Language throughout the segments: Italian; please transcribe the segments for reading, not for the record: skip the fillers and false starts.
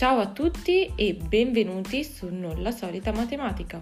Ciao a tutti e benvenuti su Non la solita matematica.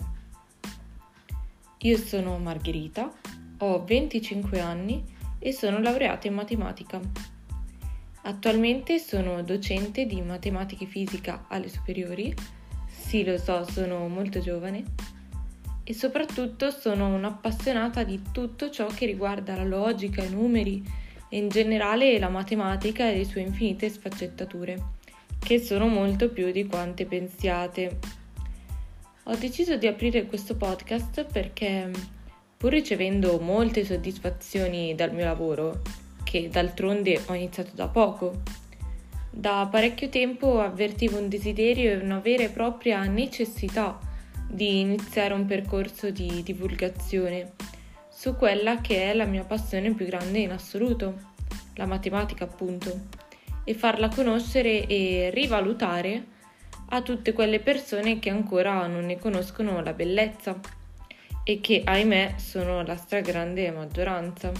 Io sono Margherita, ho 25 anni e sono laureata in matematica. Attualmente sono docente di matematica e fisica alle superiori, sì lo so, sono molto giovane, e soprattutto sono un'appassionata di tutto ciò che riguarda la logica, i numeri e in generale la matematica e le sue infinite sfaccettature, che sono molto più di quante pensiate. Ho deciso di aprire questo podcast perché, pur ricevendo molte soddisfazioni dal mio lavoro, che d'altronde ho iniziato da poco, da parecchio tempo avvertivo un desiderio e una vera e propria necessità di iniziare un percorso di divulgazione su quella che è la mia passione più grande in assoluto, la matematica appunto, e farla conoscere e rivalutare a tutte quelle persone che ancora non ne conoscono la bellezza e che, ahimè, sono la stragrande maggioranza.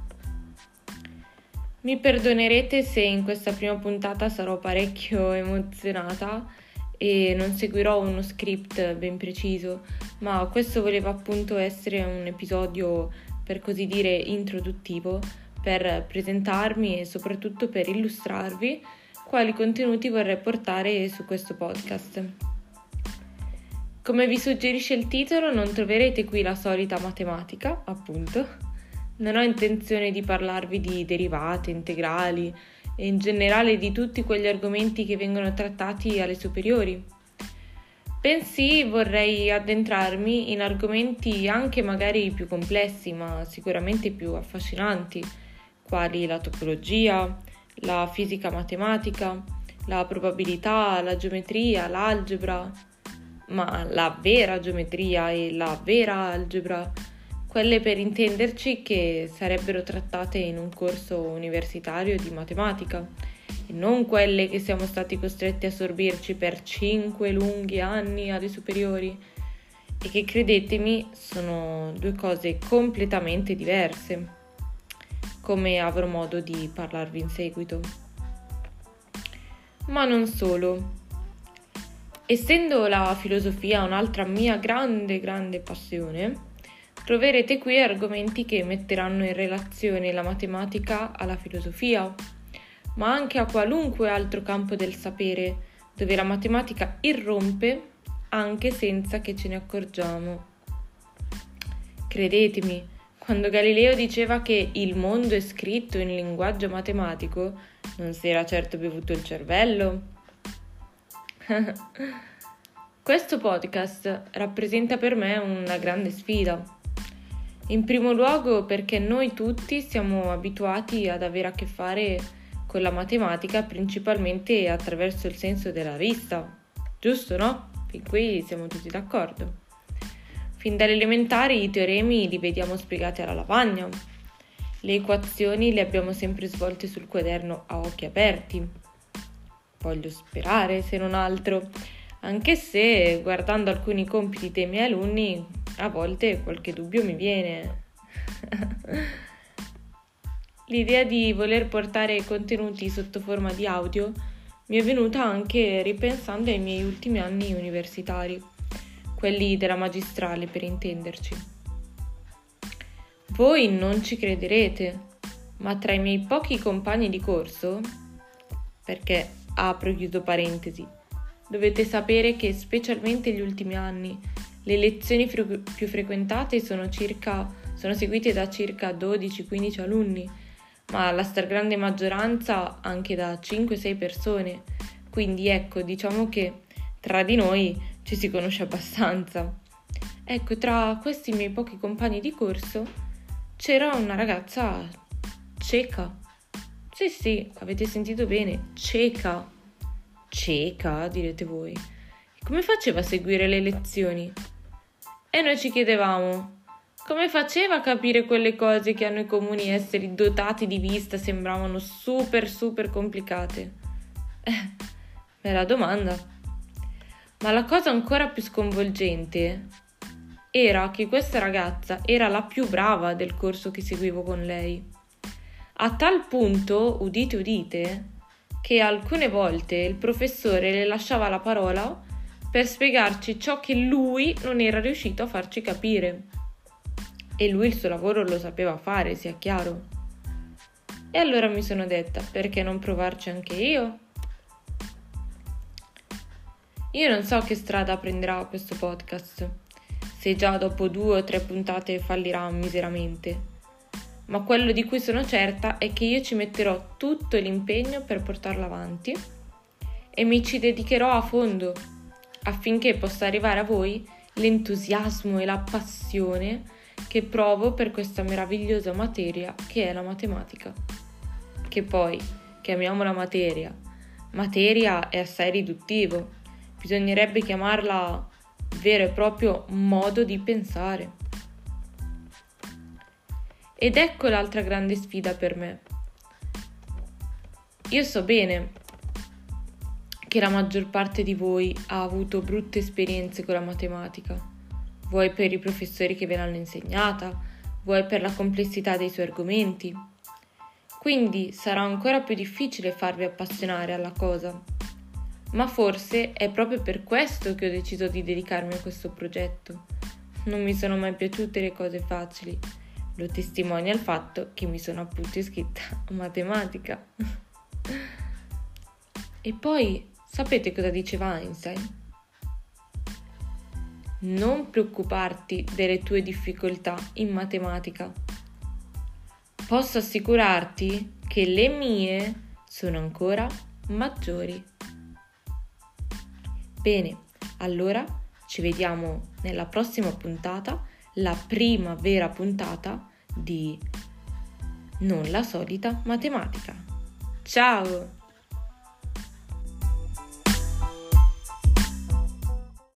Mi perdonerete se in questa prima puntata sarò parecchio emozionata e non seguirò uno script ben preciso, ma questo voleva appunto essere un episodio, per così dire, introduttivo, per presentarmi e soprattutto per illustrarvi quali contenuti vorrei portare su questo podcast. Come vi suggerisce il titolo, non troverete qui la solita matematica, appunto. Non ho intenzione di parlarvi di derivate, integrali e in generale di tutti quegli argomenti che vengono trattati alle superiori. Bensì vorrei addentrarmi in argomenti anche magari più complessi, ma sicuramente più affascinanti, quali la topologia, la fisica matematica, la probabilità, la geometria, l'algebra, ma la vera geometria e la vera algebra, quelle per intenderci che sarebbero trattate in un corso universitario di matematica, e non quelle che siamo stati costretti a sorbirci per 5 lunghi anni alle superiori, e che, credetemi, sono due cose completamente diverse, come avrò modo di parlarvi in seguito. Ma non solo. Essendo la filosofia un'altra mia grande passione, troverete qui argomenti che metteranno in relazione la matematica alla filosofia, ma anche a qualunque altro campo del sapere, dove la matematica irrompe anche senza che ce ne accorgiamo. Credetemi, quando Galileo diceva che il mondo è scritto in linguaggio matematico, non si era certo bevuto il cervello. Questo podcast rappresenta per me una grande sfida. In primo luogo perché noi tutti siamo abituati ad avere a che fare con la matematica principalmente attraverso il senso della vista. Giusto, no? Fin qui siamo tutti d'accordo. Fin dalle elementari i teoremi li vediamo spiegati alla lavagna. Le equazioni le abbiamo sempre svolte sul quaderno a occhi aperti. Voglio sperare, se non altro, anche se guardando alcuni compiti dei miei alunni a volte qualche dubbio mi viene. L'idea di voler portare contenuti sotto forma di audio mi è venuta anche ripensando ai miei ultimi anni universitari, quelli della magistrale per intenderci. Voi non ci crederete, ma tra i miei pochi compagni di corso, perché apro e chiudo parentesi, dovete sapere che specialmente gli ultimi anni le lezioni più frequentate sono seguite da circa 12-15 alunni, ma la stragrande maggioranza anche da 5-6 persone, quindi ecco, diciamo che tra di noi ci si conosce abbastanza. Ecco, tra questi miei pochi compagni di corso c'era una ragazza cieca. Sì, avete sentito bene, cieca. Cieca, direte voi. Come faceva a seguire le lezioni? E noi ci chiedevamo, come faceva a capire quelle cose che a noi comuni esseri dotati di vista sembravano super complicate? Bella domanda. Ma la cosa ancora più sconvolgente era che questa ragazza era la più brava del corso che seguivo con lei. A tal punto, udite, che alcune volte il professore le lasciava la parola per spiegarci ciò che lui non era riuscito a farci capire. E lui il suo lavoro lo sapeva fare, sia chiaro. E allora mi sono detta, perché non provarci anche io? Io non so che strada prenderà questo podcast, se già dopo 2 o 3 puntate fallirà miseramente. Ma quello di cui sono certa è che io ci metterò tutto l'impegno per portarlo avanti e mi ci dedicherò a fondo affinché possa arrivare a voi l'entusiasmo e la passione che provo per questa meravigliosa materia che è la matematica. Che poi, chiamiamola materia è assai riduttivo, bisognerebbe chiamarla vero e proprio modo di pensare. Ed ecco l'altra grande sfida per me. Io so bene che la maggior parte di voi ha avuto brutte esperienze con la matematica, vuoi per i professori che ve l'hanno insegnata, vuoi per la complessità dei suoi argomenti. Quindi sarà ancora più difficile farvi appassionare alla cosa. Ma forse è proprio per questo che ho deciso di dedicarmi a questo progetto. Non mi sono mai piaciute le cose facili. Lo testimonia il fatto che mi sono appunto iscritta a matematica. E poi, sapete cosa diceva Einstein? Non preoccuparti delle tue difficoltà in matematica. Posso assicurarti che le mie sono ancora maggiori. Bene, allora ci vediamo nella prossima puntata, la prima vera puntata di Non la solita matematica. Ciao!